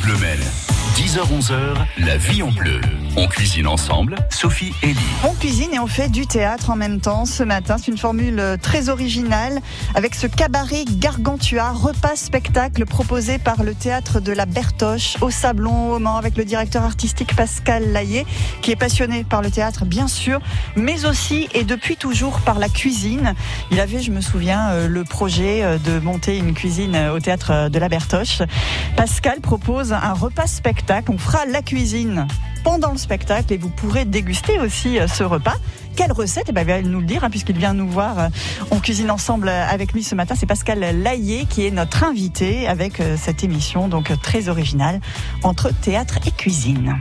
Bleu Maine. 10h-11h, la vie en bleu. On cuisine ensemble, Sophie et Lee. On cuisine et on fait du théâtre en même temps ce matin. C'est une formule très originale avec ce cabaret Gargantua, repas-spectacle proposé par le théâtre de la Bertoche au Sablon au Mans avec le directeur artistique Pascal Layé qui est passionné par le théâtre bien sûr, mais aussi et depuis toujours par la cuisine. Il avait, je me souviens, le projet de monter une cuisine au théâtre de la Bertoche. Pascal propose un repas-spectacle. On fera la cuisine pendant le spectacle et vous pourrez déguster aussi ce repas. Quelle recette? Il va nous le dire puisqu'il vient nous voir. On cuisine ensemble avec lui ce matin. C'est Pascal Layé qui est notre invité avec cette émission donc très originale entre théâtre et cuisine.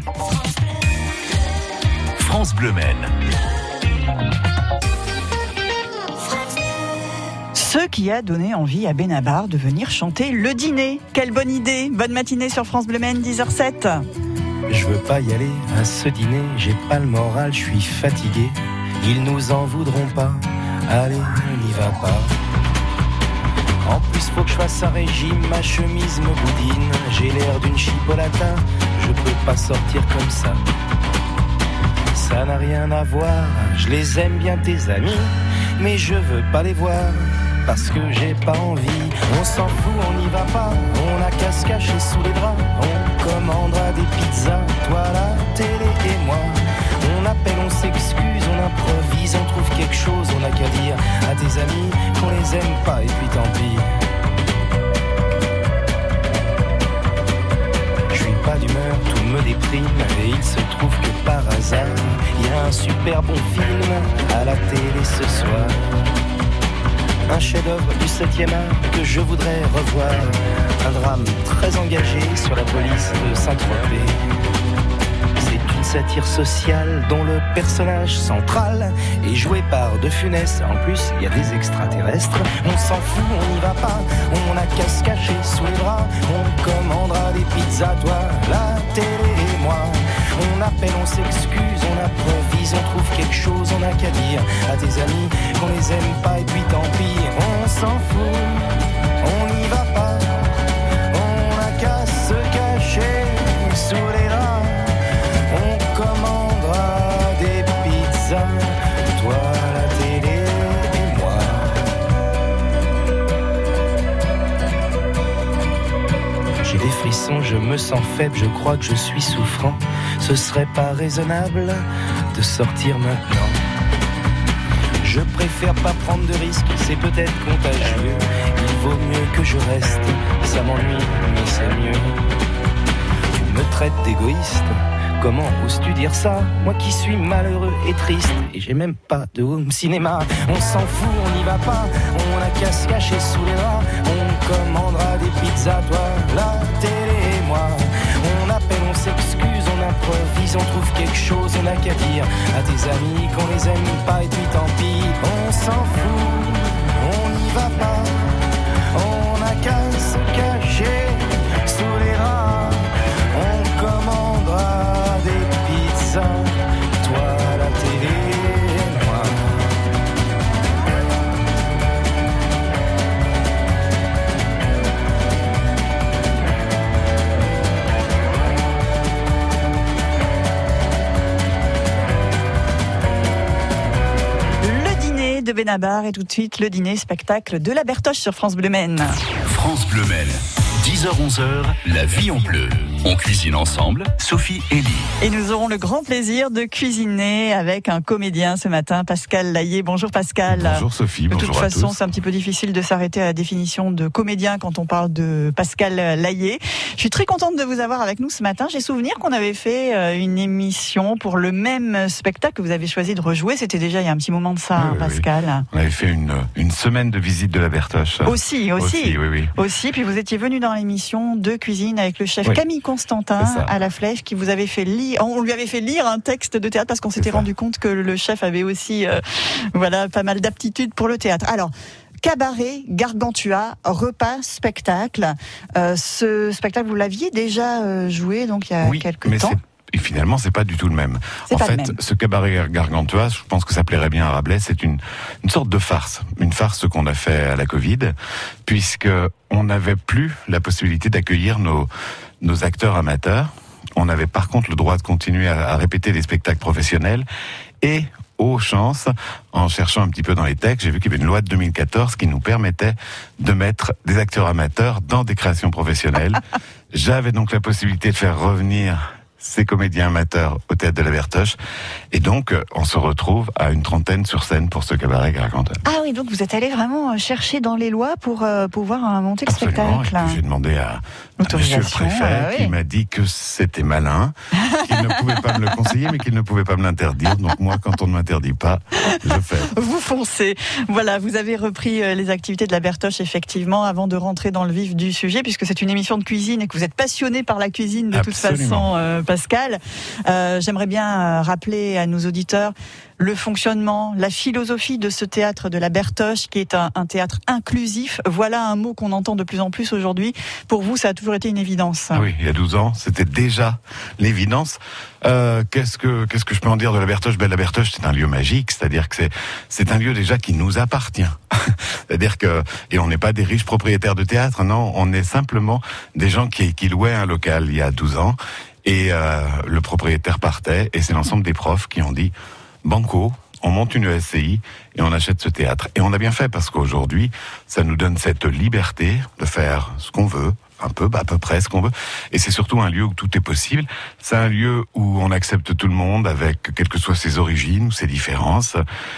France Bleu Maine. Ce qui a donné envie à Benabar de venir chanter le dîner. Quelle bonne idée! Bonne matinée sur France Bleu Maine, 10h07. Je veux pas y aller à ce dîner, j'ai pas le moral, je suis fatigué. Ils nous en voudront pas, allez, on n'y va pas. En plus faut que je fasse un régime, ma chemise me boudine. J'ai l'air d'une chipolata, je peux pas sortir comme ça. Ça n'a rien à voir, je les aime bien tes amis, mais je veux pas les voir. Parce que j'ai pas envie, on s'en fout, on n'y va pas. On a qu'à se cacher sous les draps. On commandera des pizzas, toi la télé et moi. On appelle, on s'excuse, on improvise, on trouve quelque chose. On a qu'à dire à tes amis qu'on les aime pas et puis tant pis. Je suis pas d'humeur, tout me déprime. Et il se trouve que par hasard, il y a un super bon film à la télé ce soir. Un chef-d'œuvre du 7e art que je voudrais revoir. Un drame très engagé sur la police de Saint-Tropez. C'est une satire sociale dont le personnage central est joué par De Funès. En plus, il y a des extraterrestres. On s'en fout, on n'y va pas. On a qu'à se cacher sous les bras. On commandera des pizzas, toi, la télé et moi. On appelle, on s'excuse, on improvise, on trouve quelque chose, on n'a qu'à dire à tes amis qu'on les aime pas et puis tant pis, on s'en fout, on n'y va pas, on n'a qu'à se cacher sous les draps, on commandera des pizzas, toi la télé et moi. J'ai des frissons, je me sens faible, je crois que je suis souffrant. Ce serait pas raisonnable de sortir maintenant. Je préfère pas prendre de risques, c'est peut-être contagieux. Il vaut mieux que je reste, ça m'ennuie, mais c'est mieux. Tu me traites d'égoïste, comment oses-tu dire ça? Moi qui suis malheureux et triste, et j'ai même pas de home cinéma. On s'en fout, on n'y va pas, on a qu'à se cacher sous les draps. On commandera des pizzas, toi, la télé et moi. On appelle, on s'excuse, on improvise, on trouve quelque chose, on n'a qu'à dire à tes amis qu'on les aime pas et puis tant pis, on s'en fout, on n'y va pas, on n'a qu'à se cacher sous les draps, on commandera des pizzas, toi la télé et moi. De Benabar et tout de suite le dîner spectacle de la Bertoche sur France Bleu Maine. France Bleu Maine. 10h-11h, la vie en bleu. On cuisine ensemble, Sophie et Lee. Et nous aurons le grand plaisir de cuisiner avec un comédien ce matin, Pascal Layé. Bonjour Pascal. Bonjour Sophie, bonjour à tous. De toute façon, c'est un petit peu difficile de s'arrêter à la définition de comédien quand on parle de Pascal Layé. Je suis très contente de vous avoir avec nous ce matin. J'ai souvenir qu'on avait fait une émission pour le même spectacle que vous avez choisi de rejouer. C'était déjà il y a un petit moment de ça, oui, Pascal. Oui. On avait fait une semaine de visite de la Bertoche. Aussi. Oui. Aussi, puis vous étiez venu dans l'émission de cuisine avec le chef Camille Constantin à la Flèche, qui vous avait fait lire. On lui avait fait lire un texte de théâtre parce qu'on s'était rendu compte que le chef avait aussi, pas mal d'aptitudes pour le théâtre. Alors. Cabaret, Gargantua, repas, spectacle. Ce spectacle, vous l'aviez déjà joué donc il y a quelques temps. Et finalement, c'est pas du tout le même. En fait, ce cabaret Gargantua, je pense que ça plairait bien à Rabelais, c'est une sorte de farce. Une farce qu'on a fait à la Covid, puisque on n'avait plus la possibilité d'accueillir nos acteurs amateurs. On avait par contre le droit de continuer à répéter des spectacles professionnels et aux chances, en cherchant un petit peu dans les textes, j'ai vu qu'il y avait une loi de 2014 qui nous permettait de mettre des acteurs amateurs dans des créations professionnelles. J'avais donc la possibilité de faire revenir ces comédiens amateurs au théâtre de la Bertoche. Et donc, on se retrouve à une trentaine sur scène pour ce cabaret Gargantua. Ah oui, donc vous êtes allé vraiment chercher dans les lois pour pouvoir monter le Absolument. spectacle. Et puis j'ai demandé à monsieur le préfet qui m'a dit que c'était malin, qu'il ne pouvait pas me le conseiller, mais qu'il ne pouvait pas me l'interdire. Donc moi, quand on ne m'interdit pas, je fais. Vous foncez. Voilà, vous avez repris les activités de la Bertoche, effectivement, avant de rentrer dans le vif du sujet, puisque c'est une émission de cuisine et que vous êtes passionné par la cuisine de toute façon, Pascal. J'aimerais bien rappeler à nos auditeurs le fonctionnement, la philosophie de ce théâtre de la Bertoche, qui est un théâtre inclusif. Voilà un mot qu'on entend de plus en plus aujourd'hui. Pour vous, ça a toujours été une évidence. Oui, il y a 12 ans, c'était déjà l'évidence. Qu'est-ce que je peux en dire de la Bertoche ? La Bertoche, c'est un lieu magique, c'est-à-dire que c'est un lieu déjà qui nous appartient. C'est-à-dire et on n'est pas des riches propriétaires de théâtre, non, on est simplement des gens qui louaient un local il y a 12 ans. Et le propriétaire partait, et c'est l'ensemble des profs qui ont dit banco, on monte une SCI et on achète ce théâtre. Et on a bien fait, parce qu'aujourd'hui, ça nous donne cette liberté de faire ce qu'on veut, à peu près ce qu'on veut. Et c'est surtout un lieu où tout est possible. C'est un lieu où on accepte tout le monde, avec quelles que soient ses origines ou ses différences.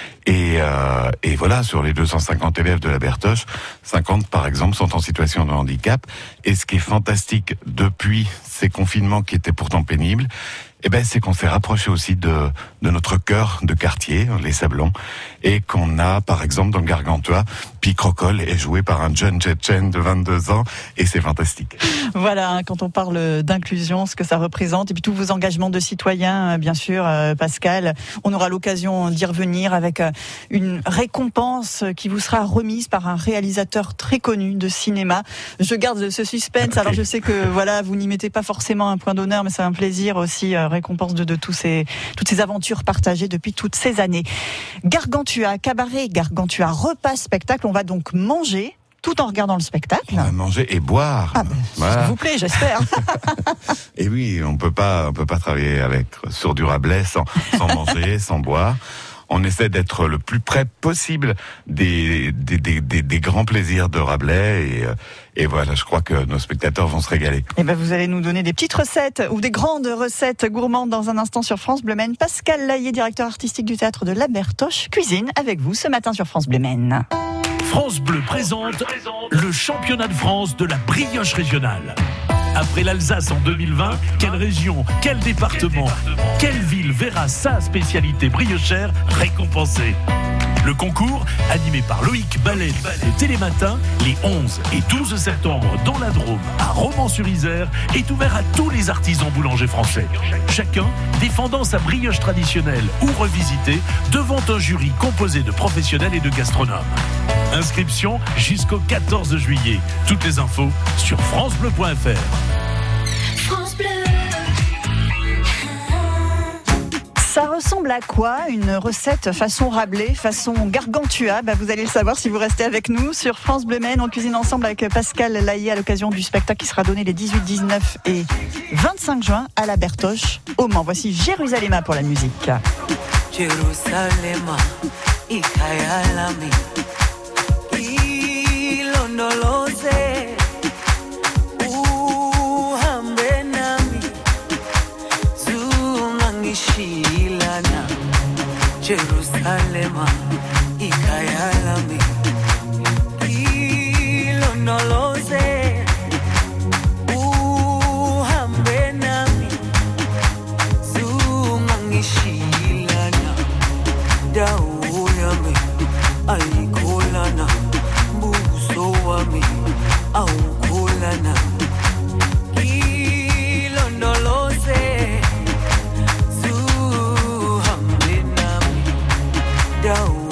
Et voilà, sur les 250 élèves de la Bertoche, 50 par exemple sont en situation de handicap. Et ce qui est fantastique depuis ces confinements qui étaient pourtant pénibles, c'est qu'on s'est rapproché aussi de notre cœur de quartier, les Sablons, et qu'on a, par exemple, dans le Gargantua, Picrocole est joué par un jeune Tchétchène de 22 ans, et c'est fantastique. Voilà, quand on parle d'inclusion, ce que ça représente, et puis tous vos engagements de citoyens, bien sûr, Pascal, on aura l'occasion d'y revenir avec une récompense qui vous sera remise par un réalisateur très connu de cinéma. Je garde ce suspense, okay. Alors je sais que voilà, vous n'y mettez pas forcément un point d'honneur, mais c'est un plaisir aussi, récompense de toutes ces aventures partagées depuis toutes ces années. Gargantua, cabaret, Gargantua, repas, spectacle, on va donc manger tout en regardant le spectacle. On va manger et boire. Voilà. S'il vous plaît, j'espère. Et oui, on peut pas travailler sur du Rabelais sans manger, sans boire. On essaie d'être le plus près possible des grands plaisirs de Rabelais et voilà, je crois que nos spectateurs vont se régaler. Et vous allez nous donner des petites recettes ou des grandes recettes gourmandes dans un instant sur France Bleu Maine. Pascal Laillé, directeur artistique du théâtre de la Bertoche, cuisine avec vous ce matin sur France Bleu Maine. France Bleu présente le championnat de France de la brioche régionale. Après l'Alsace en 2020, quelle région, quel département, quelle ville verra sa spécialité briochère récompensée ? Le concours, animé par Loïc Ballet de Télématin, les 11 et 12 septembre dans la Drôme, à Romans-sur-Isère, est ouvert à tous les artisans boulangers français. Chacun défendant sa brioche traditionnelle ou revisitée devant un jury composé de professionnels et de gastronomes. Inscription jusqu'au 14 juillet. Toutes les infos sur francebleu.fr. France Bleu. Ça ressemble à quoi une recette façon Rabelais, façon Gargantua ? Vous allez le savoir si vous restez avec nous sur France Bleu Maine. On cuisine ensemble avec Pascal Laillé à l'occasion du spectacle qui sera donné les 18, 19 et 25 juin à la Bertoche au Mans. Voici Jérusalem pour la musique. Jerusalem, ikayalami, ilondoloze. Jerusalem, ikayalami, ilondoloze, uhambe nami, zungangishilana, dawo yami, ayikholana, buso wami, awukholana, ilondoloze. Down.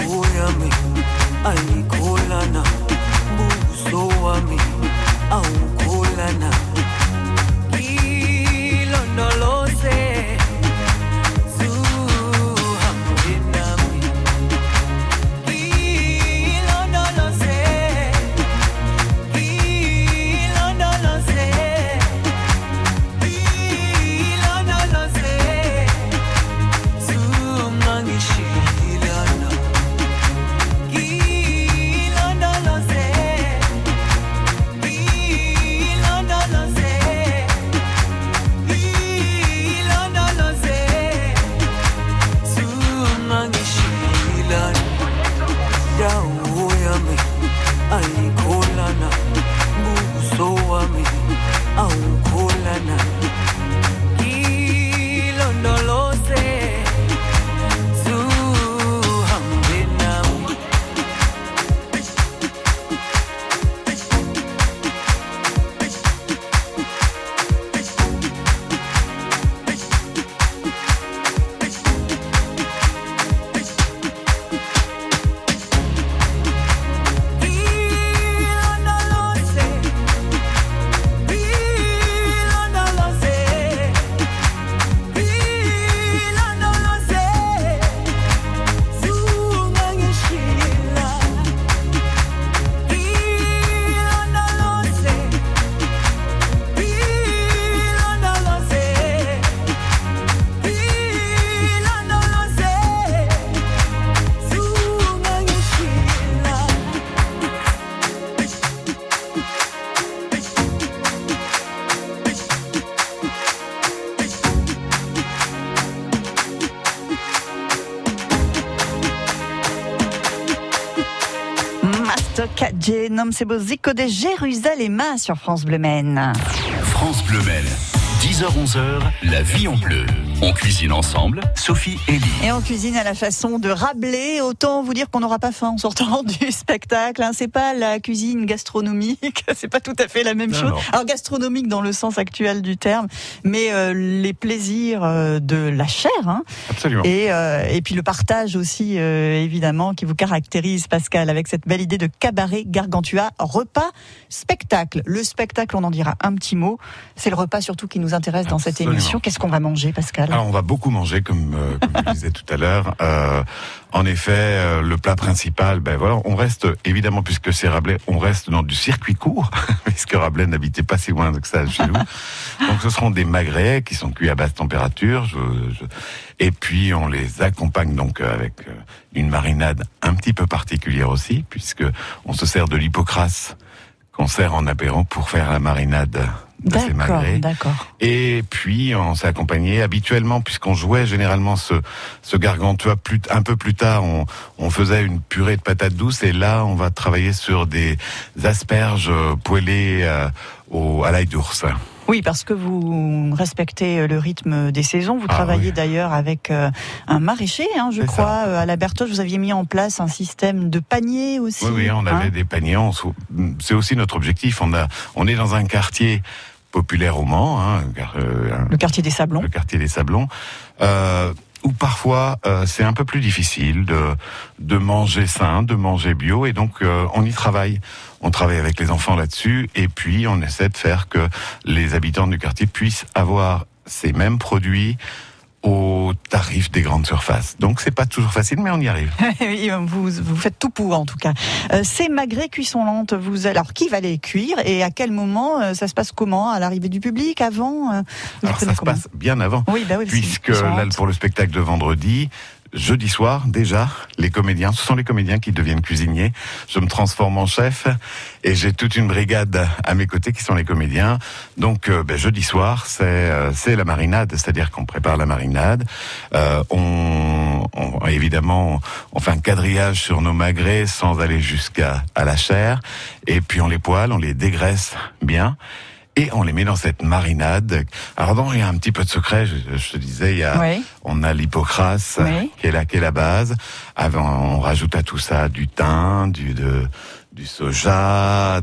Kadje, nom c'est beau Zico de Jérusalem sur France Bleu Maine. France Bleu Maine, 10h-11h, la vie en bleu. On cuisine ensemble, Sophie et Lee. Et on cuisine à la façon de Rabelais. Autant vous dire qu'on n'aura pas faim en sortant du spectacle. C'est pas la cuisine gastronomique, c'est pas tout à fait la même chose. Non. Alors gastronomique dans le sens actuel du terme, mais les plaisirs de la chair. Absolument. Et puis le partage aussi, évidemment, qui vous caractérise, Pascal, avec cette belle idée de cabaret Gargantua, repas, spectacle. Le spectacle, on en dira un petit mot. C'est le repas surtout qui nous intéresse dans cette émission. Qu'est-ce qu'on va manger, Pascal ? Alors on va beaucoup manger, comme je disais tout à l'heure. En effet, le plat principal, on reste, évidemment, puisque c'est Rabelais, on reste dans du circuit court, puisque Rabelais n'habitait pas si loin que ça chez nous. Donc ce seront des magrets qui sont cuits à basse température. Et puis on les accompagne donc avec une marinade un petit peu particulière aussi, puisque on se sert de l'hypocrase qu'on sert en apéro pour faire la marinade de ces magrets. D'accord. Et puis on s'est accompagné habituellement, puisqu'on jouait généralement ce gargantua un peu plus tard, on faisait une purée de patates douces, et là on va travailler sur des asperges poêlées à l'ail d'ours. Oui, parce que vous respectez le rythme des saisons. Vous travaillez d'ailleurs avec un maraîcher, je crois, à la Bertoche. Vous aviez mis en place un système de paniers aussi. Oui, on avait des paniers. C'est aussi notre objectif. On est dans un quartier populaire au Mans, le quartier des Sablons. Le quartier des Sablons. Où parfois c'est un peu plus difficile de manger sain, de manger bio, et donc on y travaille. On travaille avec les enfants là-dessus, et puis on essaie de faire que les habitants du quartier puissent avoir ces mêmes produits au tarif des grandes surfaces. Donc c'est pas toujours facile, mais on y arrive. Oui, vous faites tout pour, en tout cas. Ces magrets cuisson lente, alors qui va les cuire et à quel moment ça se passe comment? À l'arrivée du public, avant? Alors ça se passe bien avant, oui, puisque là pour le spectacle de vendredi, jeudi soir, déjà, ce sont les comédiens qui deviennent cuisiniers. Je me transforme en chef et j'ai toute une brigade à mes côtés qui sont les comédiens. Donc, jeudi soir, c'est la marinade, c'est-à-dire qu'on prépare la marinade. Évidemment, on fait un quadrillage sur nos magrets sans aller jusqu'à la chair. Et puis on les poêle, on les dégraisse bien. Et on les met dans cette marinade. Alors il y a un petit peu de secret, je te disais, on a l'hypocrase qui est la base. On rajoute à tout ça du thym, du soja,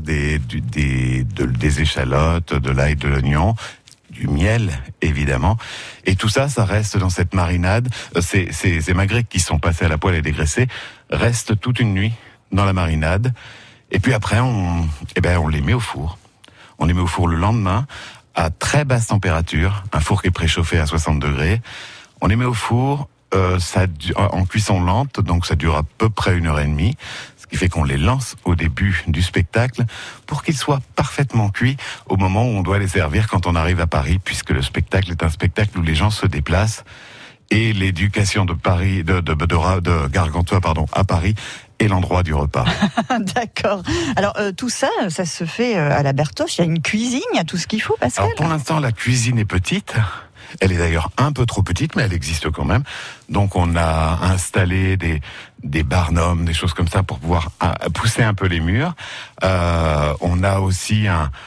des échalotes, de l'ail, de l'oignon, du miel, évidemment. Et tout ça reste dans cette marinade. Ces magrets qui sont passés à la poêle et dégraissés restent toute une nuit dans la marinade. Et puis après, on les met au four. On les met au four le lendemain, à très basse température, un four qui est préchauffé à 60 degrés. On les met au four en cuisson lente, donc ça dure à peu près 1h30, ce qui fait qu'on les lance au début du spectacle pour qu'ils soient parfaitement cuits au moment où on doit les servir quand on arrive à Paris, puisque le spectacle est un spectacle où les gens se déplacent, et l'éducation de Gargantua, à Paris, et l'endroit du repas. D'accord. Alors tout ça se fait à la Bertoche. Il y a une cuisine, il y a tout ce qu'il faut, Pascal. Alors pour l'instant, la cuisine est petite. Elle est d'ailleurs un peu trop petite, mais elle existe quand même. Donc on a installé des barnums, des choses comme ça pour pouvoir pousser un peu les murs. On a aussi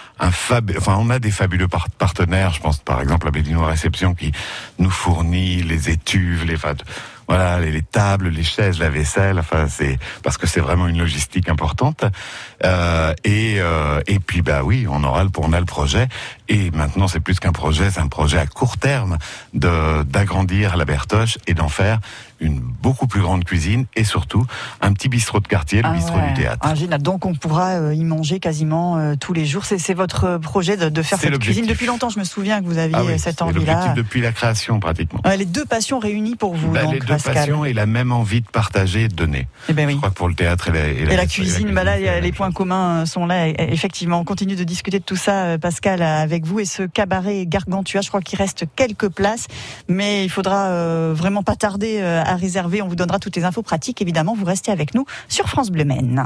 on a des fabuleux partenaires. Je pense par exemple à Bédinois Réception qui nous fournit les étuves, les tables, les chaises, la vaisselle. C'est parce que c'est vraiment une logistique importante. Et puis on a le projet. Et maintenant c'est plus qu'un projet, c'est un projet à court terme d'agrandir la Bertoche et d'en faire une beaucoup plus grande cuisine et surtout un petit bistrot de quartier, le bistrot du théâtre. Génial. Donc on pourra y manger quasiment tous les jours. C'est votre projet de faire cette cuisine depuis longtemps. Je me souviens que vous aviez cette envie-là. C'est l'objectif depuis la création pratiquement. Les deux passions réunies pour vous. Donc, les deux passions et la même envie de partager et de donner. Je crois que pour le théâtre et la cuisine, là, les points communs sont là. Effectivement, on continue de discuter de tout ça, Pascal, avec vous. Et ce cabaret Gargantua, je crois qu'il reste quelques places, mais il faudra vraiment pas tarder à réserver. On vous donnera toutes les infos pratiques. Évidemment, vous restez avec nous sur France Bleu Maine.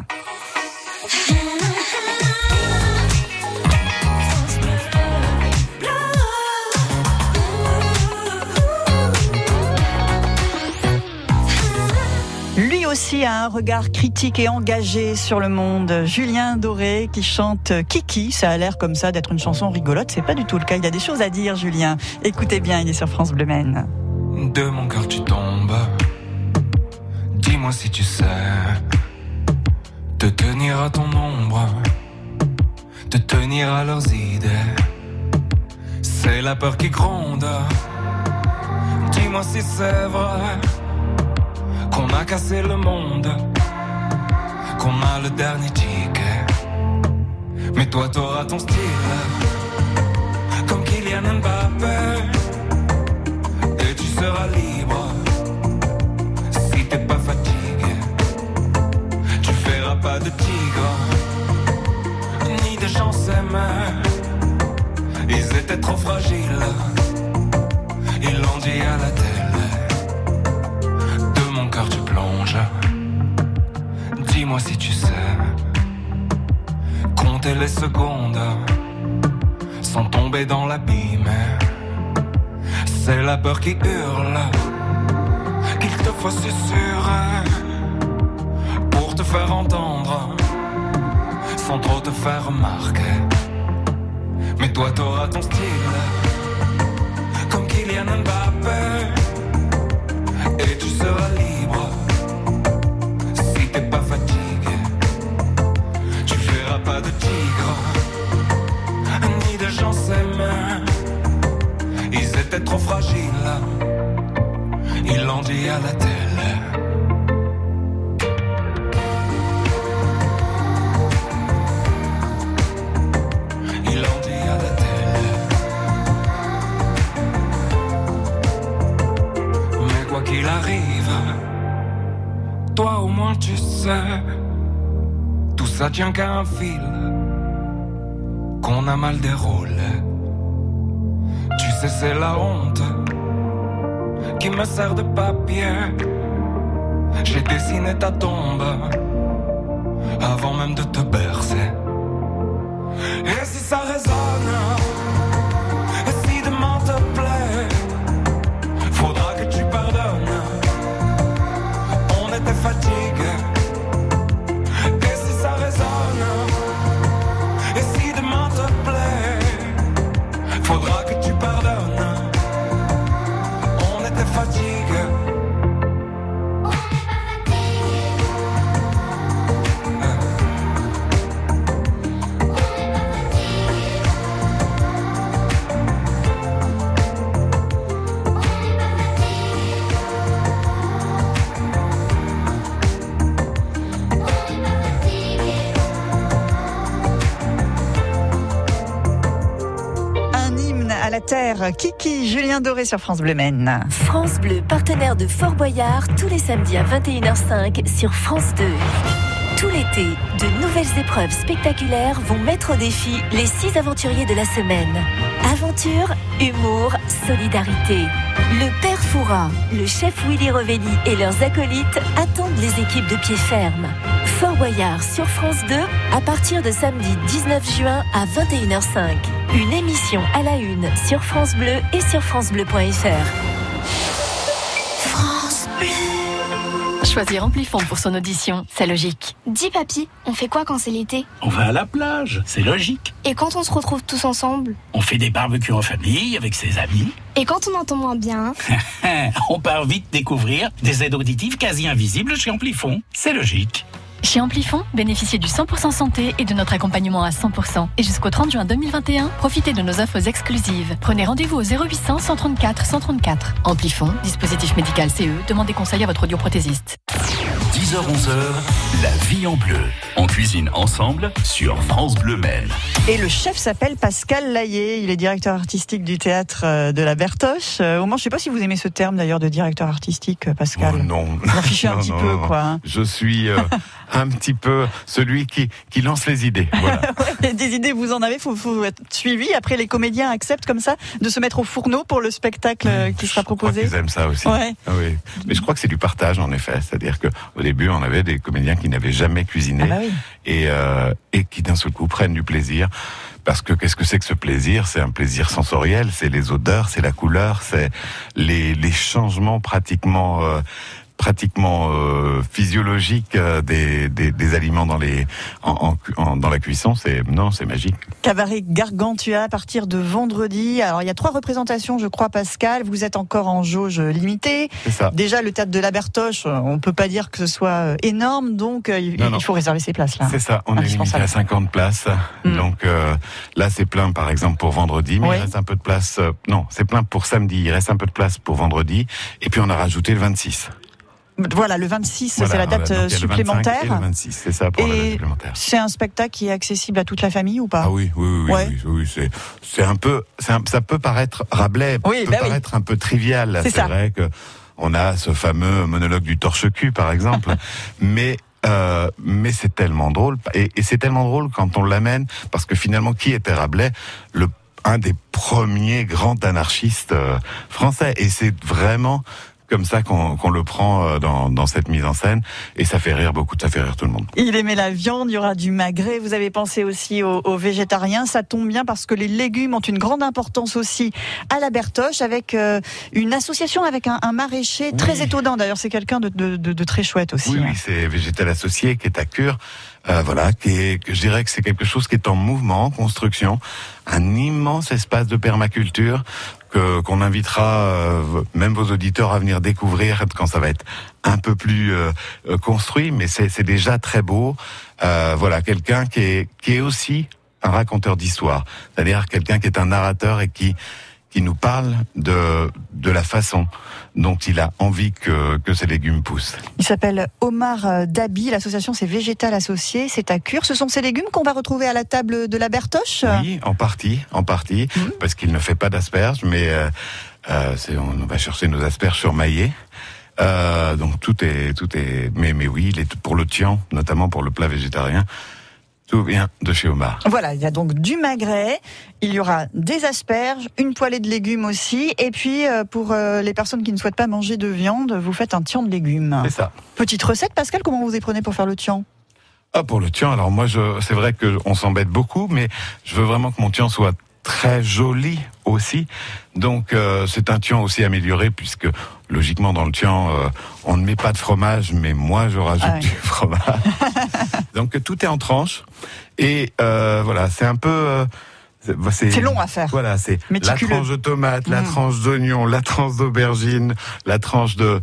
aussi a un regard critique et engagé sur le monde. Julien Doré qui chante Kiki, ça a l'air comme ça d'être une chanson rigolote, c'est pas du tout le cas, il y a des choses à dire Julien. Écoutez bien, il est sur France Bleu Maine. De mon cœur tu tombes, dis-moi si tu sais te tenir à ton ombre, te tenir à leurs idées. C'est la peur qui gronde, dis-moi si c'est vrai qu'on a cassé le monde, qu'on a le dernier ticket. Mais toi t'auras ton style, comme Kylian Mbappé, et tu seras libre. Si t'es pas fatigué, tu feras pas de tigre, ni de gens s'aimaient. Ils étaient trop fragiles, ils l'ont dit à la télé. De mon cœur tu plonges, dis-moi si tu sais compter les secondes sans tomber dans l'abîme. C'est la peur qui hurle qu'il te faut susurrer pour te faire entendre sans trop te faire remarquer. Mais toi t'auras ton style, comme Kylian Mbappé, et tu seras libre. Si t'es pas fatigué, tu feras pas de tigre, ni de gens s'aimaient. Ils étaient trop fragiles, ils l'ont dit à la télé. Qu'il arrive, toi au moins tu sais, tout ça tient qu'à un fil qu'on a mal déroulé. Tu sais c'est la honte qui me sert de papier. J'ai dessiné ta tombe avant même de te bercer. Et si ça résonne, et si demain te plaît, faudra que tu pardonnes. On était fatigué. Et si ça résonne, et si demain te plaît, faudra que tu pardonnes. On était fatigué. À la terre, Kiki, Julien Doré sur France Bleu Maine. France Bleu, partenaire de Fort Boyard, tous les samedis à 21h05 sur France 2. Tout l'été, de nouvelles épreuves spectaculaires vont mettre au défi les 6 aventuriers de la semaine. Aventure, humour, solidarité. Le Père Fouras, le chef Willy Revelli et leurs acolytes attendent les équipes de pied ferme. Fort Boyard sur France 2 à partir de samedi 19 juin à 21h05. Une émission à la une sur France Bleu et sur francebleu.fr. France Bleu. Choisir Amplifon pour son audition, c'est logique. Dis papy, on fait quoi quand c'est l'été? On va à la plage, c'est logique. Et quand on se retrouve tous ensemble? On fait des barbecues en famille avec ses amis. Et quand on entend moins bien? On part vite découvrir des aides auditives quasi invisibles chez Amplifon. C'est logique. Chez Amplifon, bénéficiez du 100% santé et de notre accompagnement à 100%. Et jusqu'au 30 juin 2021, profitez de nos offres exclusives. Prenez rendez-vous au 0800 134 134. Amplifon, dispositif médical CE, demandez conseil à votre audioprothésiste. 10h-11h, la vie en bleu. On cuisine ensemble sur France Bleu Maine. Et le chef s'appelle Pascal Laillé, il est directeur artistique du théâtre de la Bertoche. Au moins, je ne sais pas si vous aimez ce terme d'ailleurs de directeur artistique, Pascal. Oh non. Vous en fichez un petit peu, quoi. Hein. Je suis un petit peu celui qui lance les idées. Voilà. Ouais, des idées, vous en avez, faut être suivi. Après, les comédiens acceptent comme ça de se mettre au fourneau pour le spectacle qui sera proposé. Je crois qu'ils aiment ça aussi. Ouais. Ah oui. Mais je crois que c'est du partage, en effet. C'est-à-dire qu'au début, on avait des comédiens qui n'avaient jamais cuisiné et qui d'un seul coup prennent du plaisir. Parce que qu'est-ce que c'est que ce plaisir? C'est un plaisir sensoriel, c'est les odeurs, c'est la couleur, c'est les changements pratiquement pratiquement physiologique des aliments dans la cuisson. C'est magique. Cabaret Gargantua à partir de vendredi. Alors il y a 3 représentations, je crois, Pascal. Vous êtes encore en jauge limitée. C'est ça. Déjà le théâtre de la Bertoche, on peut pas dire que ce soit énorme, donc il faut réserver ses places là. C'est ça. On est limité à 50 places. Donc là c'est plein par exemple pour vendredi, mais il reste un peu de place. C'est plein pour samedi. Il reste un peu de place pour vendredi. Et puis on a rajouté le 26. Voilà, le 26, c'est la date supplémentaire. Le 25 et le 26, c'est ça pour la date supplémentaire. C'est un spectacle qui est accessible à toute la famille ou pas ? Ah oui, c'est un peu, ça peut paraître Rabelais, paraître un peu trivial. C'est vrai que on a ce fameux monologue du torche-cul, par exemple, mais c'est tellement drôle, et c'est tellement drôle quand on l'amène, parce que finalement, qui était Rabelais ? Un des premiers grands anarchistes français, et c'est vraiment comme ça qu'on le prend dans cette mise en scène, et ça fait rire beaucoup, ça fait rire tout le monde. Il aimait la viande, il y aura du magret, vous avez pensé aussi aux végétariens, ça tombe bien parce que les légumes ont une grande importance aussi à la Bertoche, avec une association avec un maraîcher très étonnant, d'ailleurs c'est quelqu'un de très chouette aussi. Oui, c'est Végétal Associé qui est à Cure, que je dirais que c'est quelque chose qui est en mouvement, en construction, un immense espace de permaculture qu'on invitera même vos auditeurs à venir découvrir quand ça va être un peu plus construit, mais c'est déjà très beau. Quelqu'un qui est aussi un raconteur d'histoire, c'est-à-dire quelqu'un qui est un narrateur et qui nous parle de la façon dont il a envie que ces légumes poussent. Il s'appelle Omar Dabi, l'association c'est Végétal Associé, c'est à Cure. Ce sont ces légumes qu'on va retrouver à la table de la Bertoche ? Oui, en partie, parce qu'il ne fait pas d'asperges, mais on va chercher nos asperges sur maillet. Donc tout est, mais oui, pour le tian, notamment pour le plat végétarien, tout vient de chez Omar. Voilà, il y a donc du magret, il y aura des asperges, une poêlée de légumes aussi, et puis pour les personnes qui ne souhaitent pas manger de viande, vous faites un tian de légumes. C'est ça. Petite recette, Pascal, comment vous y prenez pour faire le tian ? Pour le tian, alors moi, c'est vrai qu'on s'embête beaucoup, mais je veux vraiment que mon tian soit très joli aussi. Donc c'est un tian aussi amélioré, puisque logiquement dans le tian on ne met pas de fromage, mais moi je rajoute du fromage. Donc tout est en tranches, et c'est un peu c'est long à faire. Voilà, c'est méticuleux. La tranche de tomate, la tranche d'oignon, la tranche d'aubergine, la tranche de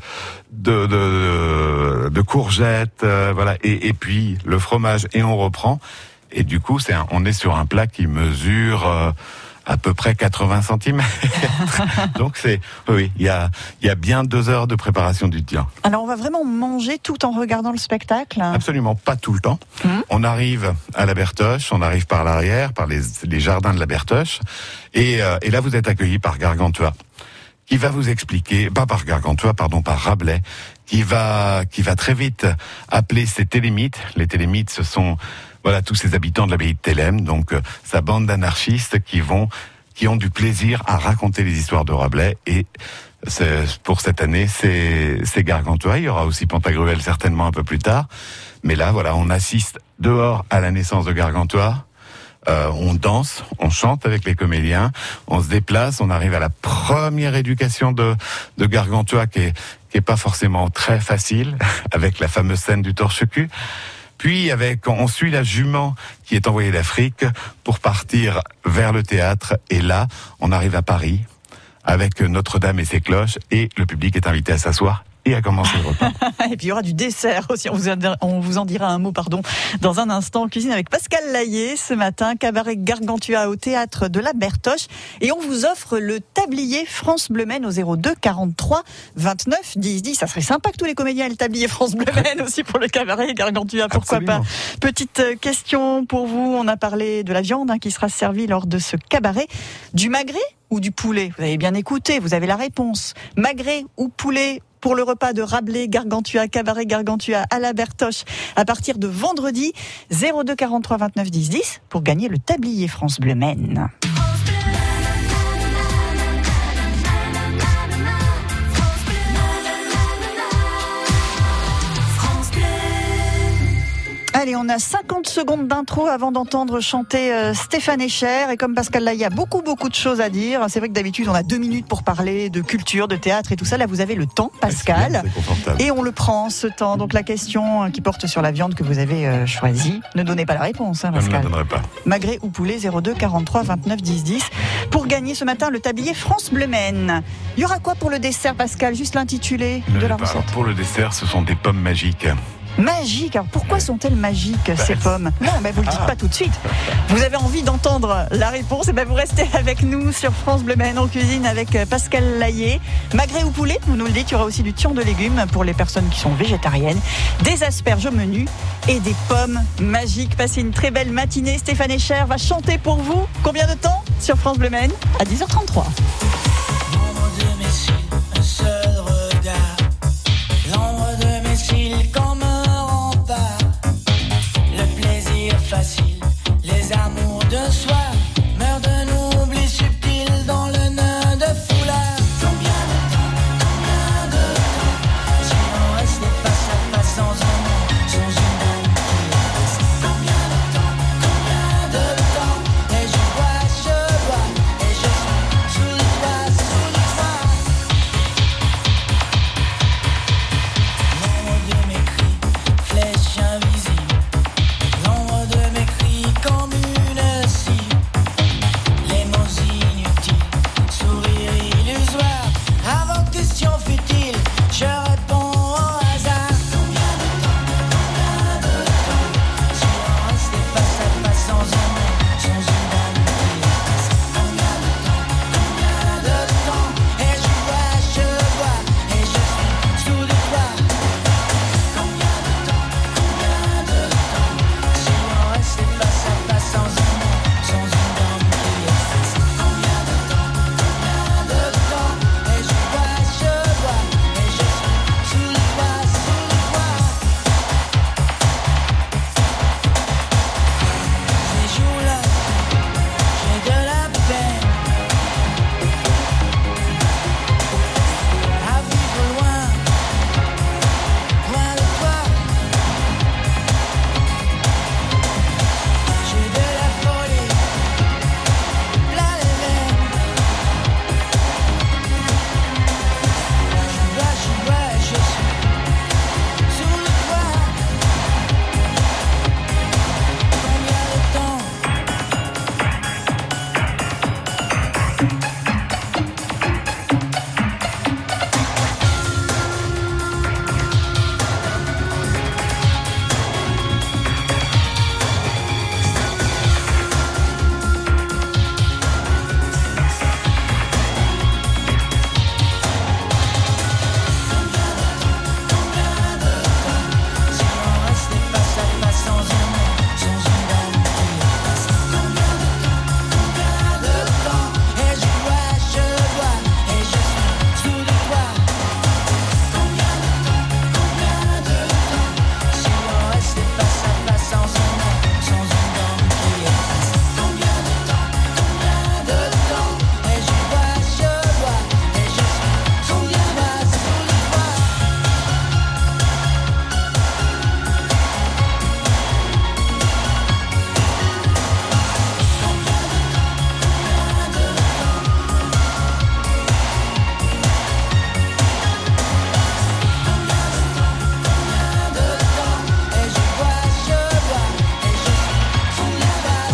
courgettes, et puis le fromage, et on reprend. Et du coup, on est sur un plat qui mesure à peu près 80 cm. Donc il y a bien 2 heures de préparation du tian. Alors on va vraiment manger tout en regardant le spectacle ? Absolument, pas tout le temps. On arrive à la Bertoche, on arrive par l'arrière, par les jardins de la Bertoche, et là vous êtes accueillis par Gargantua, qui va vous expliquer, par Rabelais, qui va très vite appeler ses télémites. Les télémites, ce sont tous ces habitants de l'abbaye de Thélème, donc sa bande d'anarchistes qui ont du plaisir à raconter les histoires de Rabelais. Et pour cette année, c'est Gargantua. Il y aura aussi Pantagruel certainement un peu plus tard. Mais là, on assiste dehors à la naissance de Gargantua. On danse, on chante avec les comédiens, on se déplace, on arrive à la première éducation de Gargantua qui est pas forcément très facile, avec la fameuse scène du torche-cul. Puis on suit la jument qui est envoyée d'Afrique pour partir vers le théâtre, et là on arrive à Paris avec Notre-Dame et ses cloches, et le public est invité à s'asseoir et à commencer le repas. Et puis il y aura du dessert aussi, on vous en dira un mot, dans un instant. On cuisine avec Pascal Laillé ce matin, cabaret Gargantua au théâtre de la Bertoche, et on vous offre le tablier France Bleu Maine au 02 43 29 10 10. Ça serait sympa que tous les comédiens aient le tablier France Bleu Maine aussi pour le cabaret Gargantua, pourquoi Absolument. Pas. Petite question pour vous, on a parlé de la viande qui sera servie lors de ce cabaret. Du magret ou du poulet ? Vous avez bien écouté, vous avez la réponse. Magret ou poulet pour le repas de Rabelais, Gargantua, cabaret Gargantua à la Bertoche à partir de vendredi. 02 43 29 10 10 pour gagner le tablier France Bleu Maine. Allez, on a 50 secondes d'intro avant d'entendre chanter Stéphane Echer. Et comme Pascal Laïe a beaucoup de choses à dire, c'est vrai que d'habitude on a 2 minutes pour parler de culture, de théâtre et tout ça. Là, vous avez le temps, Pascal. C'est confortable. Et on le prend, ce temps. Donc la question qui porte sur la viande que vous avez choisie, ne donnez pas la réponse, hein, Je ne la Pascal. donnerai pas. Magret ou poulet, 02 43 29 10 10. Pour gagner ce matin le tablier France Bleu Maine. Il y aura quoi pour le dessert, Pascal? Juste l'intitulé de la Alors, recette. pour le dessert, ce sont des pommes magiques. Magique. Alors pourquoi sont-elles magiques, ces pommes? Non, mais vous le dites pas tout de suite. Vous avez envie d'entendre la réponse, et ben vous restez avec nous sur France Bleu Maine en cuisine avec Pascal Laïe. Magret ou poulet, vous nous le dites, il y aura aussi du tian de légumes pour les personnes qui sont végétariennes, des asperges au menu et des pommes magiques. Passez une très belle matinée. Stéphane Echer va chanter pour vous. Combien de temps sur France Bleu Maine? À 10h33. L'ombre de mes cils, un seul regard. L'ombre de mes cils comme un rempart. Le plaisir facile, les amours de soi meurent d'un oubli subtil dans le nœud de foulard. Combien de temps, si on restait face à face sans un mot, sans une dame qui reste. Combien de temps, et je vois, et je suis sous le toit, sous le toit. L'ombre de mes cris, flèche invisible. L'ombre de mes cris comme une cible. Les mots inutiles, sourire illusoire. Avant question futile, je réponds au hasard. Combien de temps, si on restait face à face sans un mot, sans une dame qui reste. Combien de temps, et je vois, et je suis sous le toit. Combien de temps, si on restait face à face sans un mot, sans une dame qui reste. Combien de temps, et je vois, et je suis sous le toit, sous le toit. Ces jours-là, j'ai de la peine à vivre loin de toi. J'ai de la folie plein les veines. Je vois, je suis sous le toit. Combien de temps? Si on restait face à face sans un mot, sans une dame qui reste. Combien de temps, et je vois, et je suis sous le toit. Combien de temps, si on restait face à face sans un mot, sans une dame qui reste. Combien de temps, et je vois, et je suis sous le toit, sous le toit. Et je vois, et je suis sous le toit,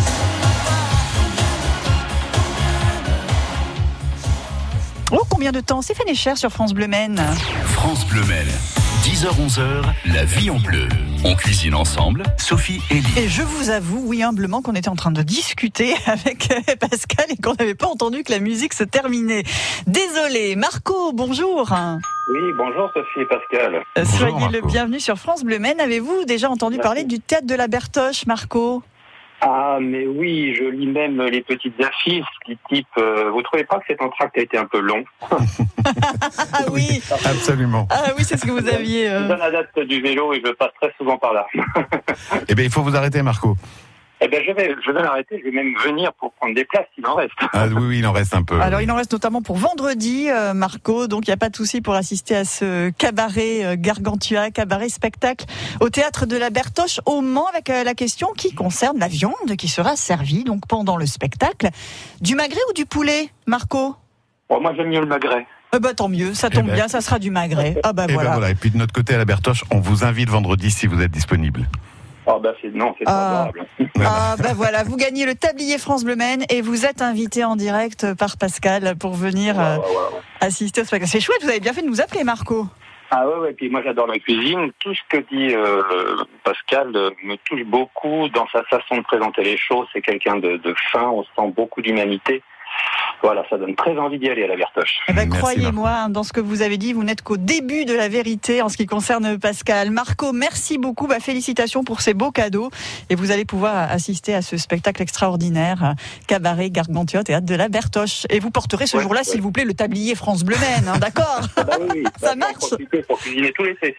Oh, combien de temps? Stéphane Echer sur France Bleu Maine. France Bleu Maine, 10h-11h, la vie en bleu. On cuisine ensemble, Sophie et Elie. Et je vous avoue, oui, humblement, qu'on était en train de discuter avec Pascal et qu'on n'avait pas entendu que la musique se terminait. Désolé. Marco, bonjour. Oui, bonjour Sophie et Pascal. Soyez Marco. le bienvenu sur France Bleu Maine. Avez-vous déjà entendu Merci. parler du théâtre de la Bertoche, Marco? Ah, mais oui, je lis même les petites affiches du type vous trouvez pas que cet entracte a été un peu long? Ah oui, Absolument. ah oui, c'est ce que vous aviez. Je donne la date du vélo et je passe très souvent par là. Eh bien, il faut vous arrêter, Marco. Eh bien, je vais m'arrêter, je vais même venir pour prendre des places, s'il en reste. Ah oui, il en reste un peu. Alors, il en reste notamment pour vendredi, Marco. Donc, il n'y a pas de souci pour assister à ce cabaret Gargantua, cabaret spectacle au théâtre de la Bertoche au Mans, avec la question qui concerne la viande qui sera servie donc pendant le spectacle. Du magret ou du poulet, Marco? Bon, moi, j'aime mieux le magret. Tant mieux, ça tombe bien, ça sera du magret. Voilà. Et puis de notre côté à la Bertoche, on vous invite vendredi si vous êtes disponible. C'est favorable. Voilà, vous gagnez le tablier France Bleu Maine et vous êtes invité en direct par Pascal pour venir assister au spectacle. C'est chouette, vous avez bien fait de nous appeler, Marco. Ah ouais, puis moi j'adore la cuisine. Tout ce que dit Pascal me touche beaucoup dans sa façon de présenter les choses. C'est quelqu'un de fin, on sent beaucoup d'humanité. Voilà, ça donne très envie d'y aller à la Bertoche. Croyez-moi, dans ce que vous avez dit, vous n'êtes qu'au début de la vérité en ce qui concerne Pascal. Marco, merci beaucoup. Félicitations pour ces beaux cadeaux. Et vous allez pouvoir assister à ce spectacle extraordinaire, cabaret Gargantua, théâtre de la Bertoche. Et vous porterez ce jour-là, s'il vous plaît, le tablier France Bleu Maine, d'accord? Oui, ça marche. Pour cuisiner tout l'été.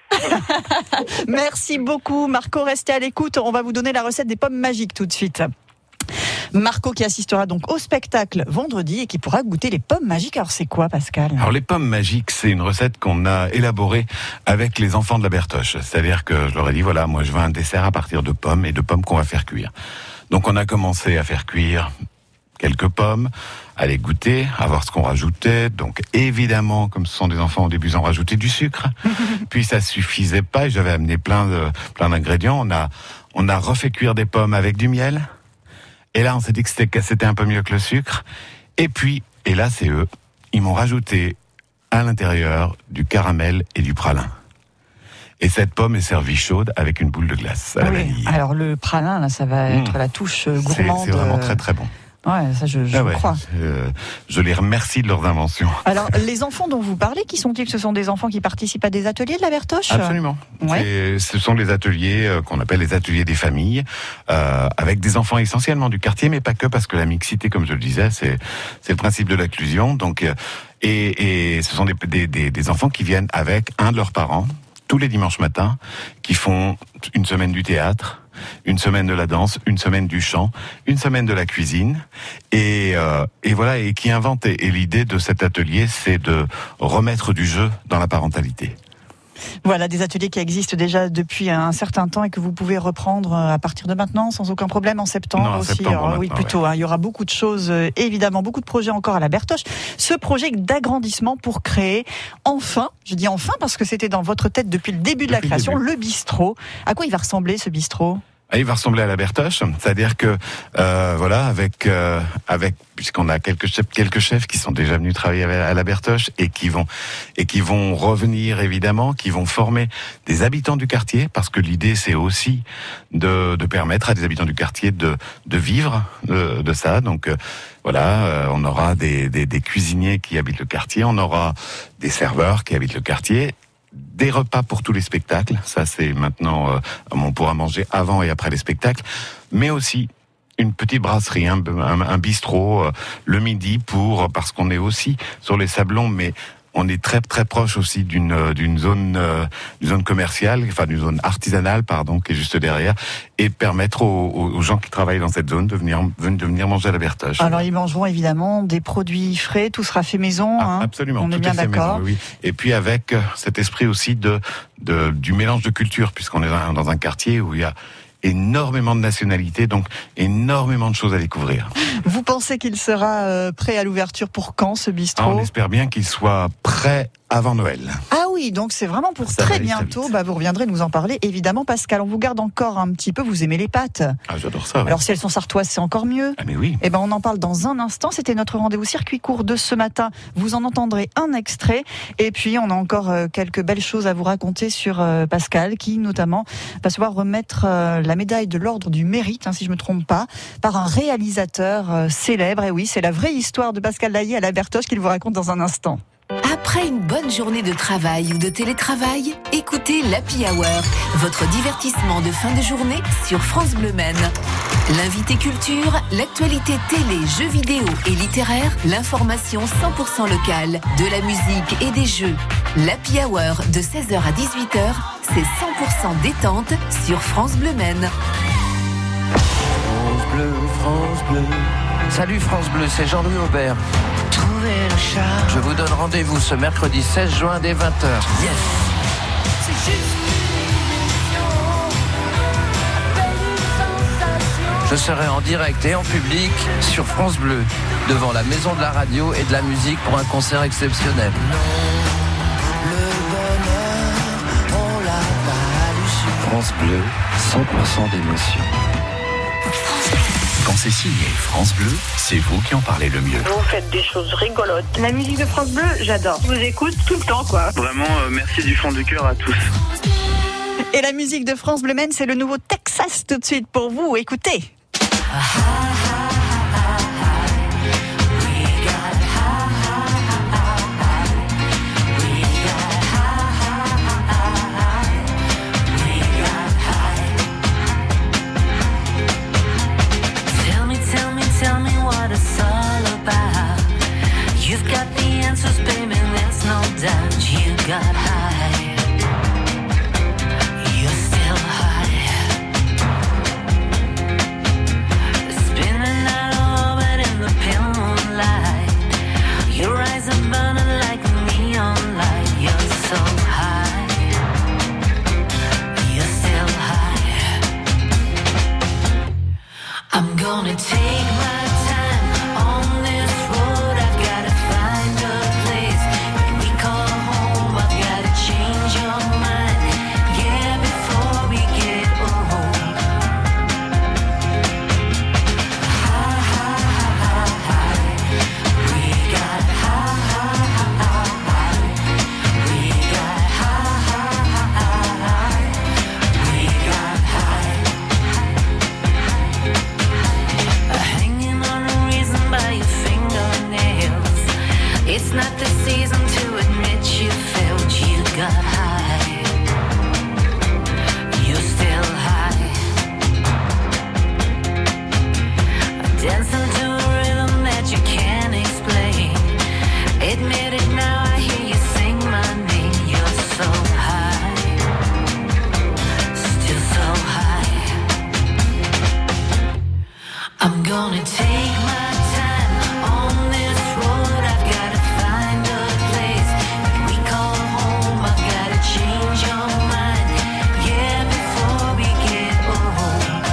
Merci beaucoup, Marco. Restez à l'écoute. On va vous donner la recette des pommes magiques tout de suite. Marco qui assistera donc au spectacle vendredi et qui pourra goûter les pommes magiques. Alors c'est quoi, Pascal? Alors les pommes magiques, c'est une recette qu'on a élaborée avec les enfants de la Bertoche. C'est-à-dire que je leur ai dit, voilà, moi je veux un dessert à partir de pommes et de pommes qu'on va faire cuire. Donc on a commencé à faire cuire quelques pommes, à les goûter, à voir ce qu'on rajoutait. Donc évidemment, comme ce sont des enfants au début, ils ont rajouté du sucre. Puis ça suffisait pas et j'avais amené plein d'ingrédients. On a refait cuire des pommes avec du miel. Et là, on s'est dit que c'était un peu mieux que le sucre. Et puis, et là, c'est eux, ils m'ont rajouté à l'intérieur du caramel et du pralin. Et cette pomme est servie chaude avec une boule de glace à la vanille. Alors le pralin, là, ça va être la touche gourmande. C'est vraiment très très bon. Ouais, ça je crois. Je les remercie de leurs inventions. Alors, les enfants dont vous parlez, qui sont-ils? Ce sont des enfants qui participent à des ateliers de la Bertoche? Absolument. Ouais. Ce sont les ateliers qu'on appelle les ateliers des familles, avec des enfants essentiellement du quartier, mais pas que, parce que la mixité, comme je le disais, c'est le principe de l'inclusion. Donc, et ce sont des enfants qui viennent avec un de leurs parents tous les dimanches matins, qui font une semaine du théâtre, une semaine de la danse, une semaine du chant, une semaine de la cuisine, et voilà, et qui inventent. Et l'idée de cet atelier, c'est de remettre du jeu dans la parentalité. Voilà, des ateliers qui existent déjà depuis un certain temps et que vous pouvez reprendre à partir de maintenant sans aucun problème en septembre. Non, en aussi. septembre Alors, oui, plutôt. Il y aura beaucoup de choses, évidemment, beaucoup de projets encore à la Bertoche. Ce projet d'agrandissement pour créer enfin, je dis enfin parce que c'était dans votre tête depuis le début de la création, le bistrot. À quoi il va ressembler ce bistrot ? Il va ressembler à la Bertoche, c'est-à-dire que voilà, avec puisqu'on a quelques chefs qui sont déjà venus travailler à la Bertoche et qui vont revenir évidemment, qui vont former des habitants du quartier, parce que l'idée c'est aussi de permettre à des habitants du quartier de vivre de ça. Donc voilà, on aura des cuisiniers qui habitent le quartier, on aura des serveurs qui habitent le quartier. Des repas pour tous les spectacles, ça c'est maintenant, on pourra manger avant et après les spectacles, mais aussi une petite brasserie, un bistrot le midi parce qu'on est aussi sur les Sablons, mais on est très très proche aussi d'une zone commerciale, enfin d'une zone artisanale, pardon, qui est juste derrière, et permettre aux gens qui travaillent dans cette zone de venir manger à la Bertoche. Alors ils mangeront évidemment des produits frais, tout sera fait maison. Absolument, on est bien d'accord. Maison, oui. Et puis avec cet esprit aussi du mélange de culture, puisqu'on est dans un quartier où il y a énormément de nationalités, donc énormément de choses à découvrir. Vous pensez qu'il sera prêt à l'ouverture pour quand, ce bistrot ? On espère bien qu'il soit prêt avant Noël. Ah oui, donc c'est vraiment pour très bientôt. Vous reviendrez nous en parler, évidemment, Pascal. On vous garde encore un petit peu, vous aimez les pâtes ? Ah, j'adore ça. Ouais. Alors si elles sont sartoises, c'est encore mieux. Ah mais oui. Eh ben on en parle dans un instant. C'était notre rendez-vous circuit court de ce matin. Vous en entendrez un extrait. Et puis on a encore quelques belles choses à vous raconter sur Pascal, qui notamment va se voir remettre la médaille de l'ordre du mérite, si je me trompe pas, par un réalisateur célèbre. Et oui, c'est la vraie histoire de Pascal Laillé à la Bertoche qu'il vous raconte dans un instant. Après une bonne journée de travail ou de télétravail, écoutez l'Happy Hour, votre divertissement de fin de journée sur France Bleu Maine. L'invité culture, l'actualité télé, jeux vidéo et littéraire, l'information 100% locale, de la musique et des jeux. L'Happy Hour de 16h à 18h, c'est 100% détente sur France Bleu Maine. France Bleu. Salut France Bleu, c'est Jean-Louis Aubert. Trouvez le charme. Je vous donne rendez-vous ce mercredi 16 juin dès 20h. Yes. C'est juste. Je serai en direct et en public sur France Bleu, devant la Maison de la Radio et de la Musique pour un concert exceptionnel. France Bleu, 100% d'émotion. Quand c'est signé France Bleu, c'est vous qui en parlez le mieux. Vous faites des choses rigolotes. La musique de France Bleu, j'adore. Je vous écoute tout le temps, quoi. Vraiment, merci du fond du cœur à tous. Et la musique de France Bleu Maine, c'est le nouveau Texas tout de suite pour vous. Écoutez. Tell me what it's all about. You've got the answers, baby, there's no doubt. You got high. You're still high. Spinning out of orbit in the pale moonlight. Your eyes are burning like a neon light. You're so high. You're still high. I'm gonna take my it's not the season to admit you failed. You got high. You're still high. Dancing to a rhythm that you can't explain. Admit it now, I hear you sing my name. You're so high. Still so high. I'm gonna take my time on this road. I've got to find a place that we call home. I've got to change your mind, yeah, before we get old.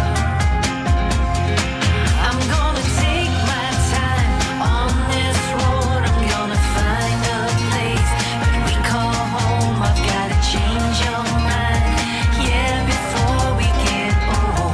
I'm gonna take my time on this road. I'm gonna find a place that we call home. I've got to change your mind, yeah, before we get old.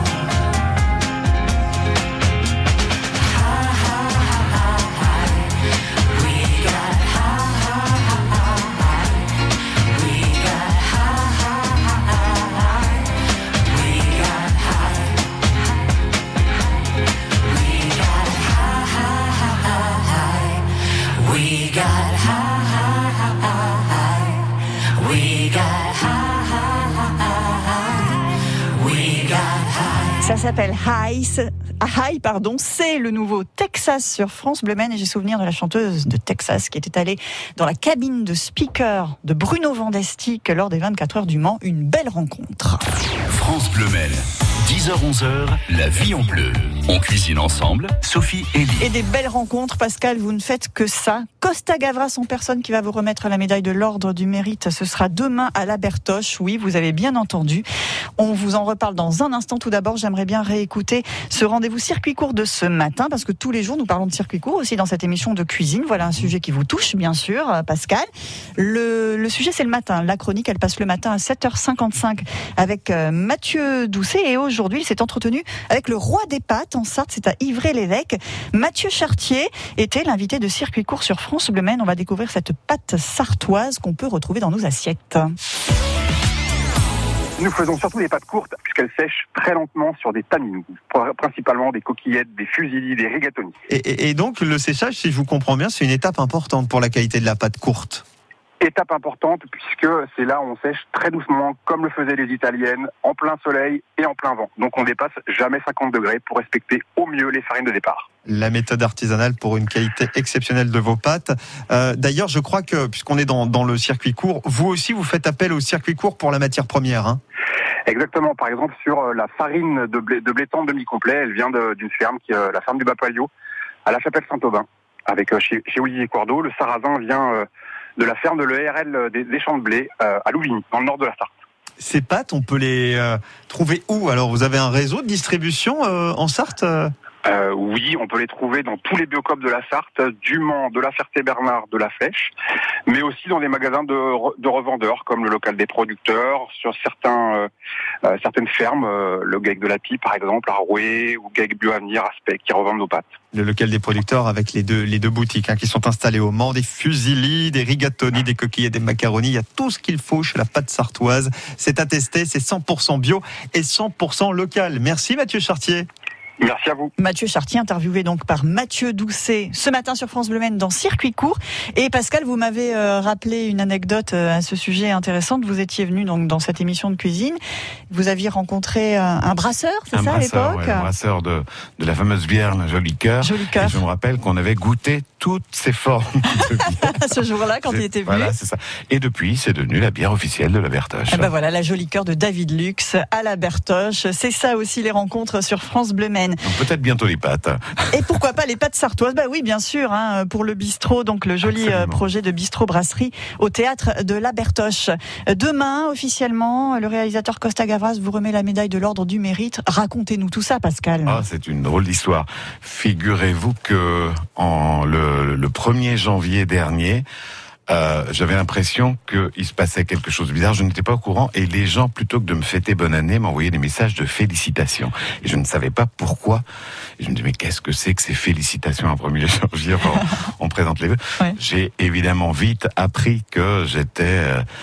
Ça s'appelle High, pardon, c'est le nouveau Texas sur France Bleu Maine et j'ai souvenir de la chanteuse de Texas qui était allée dans la cabine de speaker de Bruno Vandestick lors des 24 heures du Mans, une belle rencontre. France Bleu Maine, 10h-11h, la vie en bleu. On cuisine ensemble, Sophie et Lee. Et des belles rencontres, Pascal, vous ne faites que ça. Costa Gavras en personne qui va vous remettre la médaille de l'Ordre du Mérite. Ce sera demain à la Bertoche. Oui, vous avez bien entendu. On vous en reparle dans un instant. Tout d'abord, j'aimerais bien réécouter ce rendez-vous circuit court de ce matin parce que tous les jours, nous parlons de circuit court aussi dans cette émission de cuisine. Voilà un sujet qui vous touche, bien sûr, Pascal. Le sujet, c'est le matin. La chronique, elle passe le matin à 7h55 avec Mathieu Doucet. Et aujourd'hui, il s'est entretenu avec le roi des pâtes en Sarthe. C'est à Ivray-l'Évêque. Mathieu Chartier était l'invité de circuit court sur France Bleu Maine. On va découvrir cette pâte sartoise qu'on peut retrouver dans nos assiettes. Nous faisons surtout des pâtes courtes puisqu'elles sèchent très lentement sur des tamines, principalement des coquillettes, des fusillis, des rigatoni. Et donc le séchage, si je vous comprends bien, c'est une étape importante pour la qualité de la pâte courte. Étape importante puisque c'est là où on sèche très doucement comme le faisaient les Italiennes, en plein soleil et en plein vent. Donc on dépasse jamais 50 degrés pour respecter au mieux les farines de départ. La méthode artisanale pour une qualité exceptionnelle de vos pâtes. D'ailleurs, je crois que, puisqu'on est dans le circuit court, vous aussi, vous faites appel au circuit court pour la matière première, hein ? Exactement. Par exemple, sur la farine de blé tendre demi-complet, elle vient d'une ferme, la ferme du Bas-Palio, à la Chapelle-Saint-Aubin, avec chez Olivier Cordeau. Le sarrasin vient de la ferme de l'ERL des Champs de Blé, à Louvigny, dans le nord de la Sarthe. Ces pâtes, on peut les trouver où? Alors, vous avez un réseau de distribution en Sarthe? Oui, on peut les trouver dans tous les biocoop de la Sarthe, du Mans, de la Ferté-Bernard, de la Flèche, mais aussi dans des magasins de revendeurs, comme le local des producteurs, sur certaines fermes, le GAEC de la Pie, par exemple, à Rouet, ou GAEC Bioavenir, Aspect, qui revendent nos pâtes. Le local des producteurs avec les deux boutiques qui sont installées au Mans, des fusillis, des rigatoni, des coquilles et des macaronis. Il y a tout ce qu'il faut chez la pâte sartoise. C'est attesté, c'est 100% bio et 100% local. Merci Mathieu Chartier. Merci à vous. Mathieu Chartier, interviewé donc par Mathieu Doucet ce matin sur France Bleu Maine dans Circuit Court. Et Pascal, vous m'avez rappelé une anecdote à ce sujet intéressante. Vous étiez venu donc dans cette émission de cuisine. Vous aviez rencontré un brasseur, c'est ça à l'époque? Ouais, un brasseur de la fameuse bière, la Joli Cœur. Joli Cœur. Et je me rappelle qu'on avait goûté toutes ces formes de bière. Ce jour-là, quand il était venu. Voilà, c'est ça. Et depuis, c'est devenu la bière officielle de la Bertoche. Et ben voilà, la Joli Cœur de David Lux à la Bertoche. C'est ça aussi les rencontres sur France Bleu Maine. Donc peut-être bientôt les pâtes. Et pourquoi pas les pâtes sartoises? Bah oui, bien sûr, pour le bistrot, donc le joli projet de bistrot brasserie au théâtre de la Bertoche. Demain, officiellement, le réalisateur Costa Gavras vous remet la médaille de l'Ordre du Mérite. Racontez-nous tout ça, Pascal. Ah, c'est une drôle d'histoire. Figurez-vous que le 1er janvier dernier, j'avais l'impression qu'il se passait quelque chose de bizarre. Je n'étais pas au courant et les gens, plutôt que de me fêter bonne année, m'envoyaient des messages de félicitations. Et je ne savais pas pourquoi. Et je me dis, mais qu'est-ce que c'est que ces félicitations en 1er janvier? On présente les vœux. Ouais. J'ai évidemment vite appris que j'étais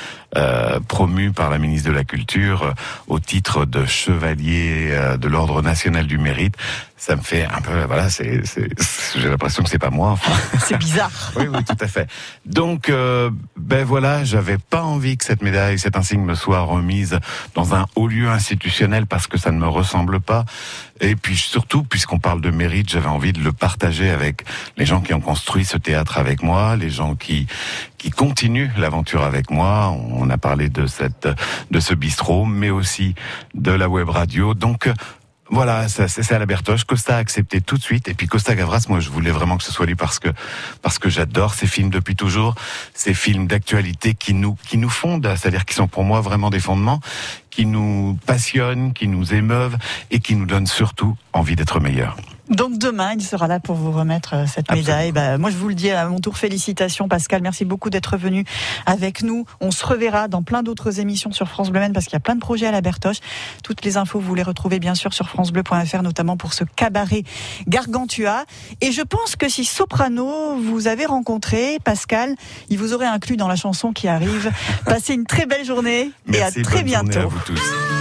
promu par la ministre de la Culture au titre de chevalier de l'Ordre national du mérite. Ça me fait un peu, voilà, j'ai l'impression que c'est pas moi. Enfin. C'est bizarre. Oui, tout à fait. Donc, voilà, j'avais pas envie que cette médaille, cet insigne me soit remise dans un haut lieu institutionnel parce que ça ne me ressemble pas. Et puis surtout, puisqu'on parle de mérite, j'avais envie de le partager avec les gens qui ont construit ce théâtre avec moi, les gens qui continuent l'aventure avec moi. On a parlé de ce bistrot, mais aussi de la web radio. Donc, voilà, c'est à la Bertoche. Costa a accepté tout de suite. Et puis Costa Gavras, moi, je voulais vraiment que ce soit lui parce que j'adore ces films depuis toujours. Ces films d'actualité qui nous fondent, c'est-à-dire qui sont pour moi vraiment des fondements, qui nous passionnent, qui nous émeuvent et qui nous donnent surtout envie d'être meilleurs. Donc demain, il sera là pour vous remettre cette médaille. Moi, je vous le dis à mon tour, félicitations Pascal. Merci beaucoup d'être venu avec nous. On se reverra dans plein d'autres émissions sur France Bleu Maine parce qu'il y a plein de projets à la Bertoche. Toutes les infos, vous les retrouvez bien sûr sur francebleu.fr, notamment pour ce cabaret Gargantua. Et je pense que si Soprano vous avez rencontré, Pascal, il vous aurait inclus dans la chanson qui arrive. Passez une très belle journée. Merci, et à très bientôt. Journée à vous tous.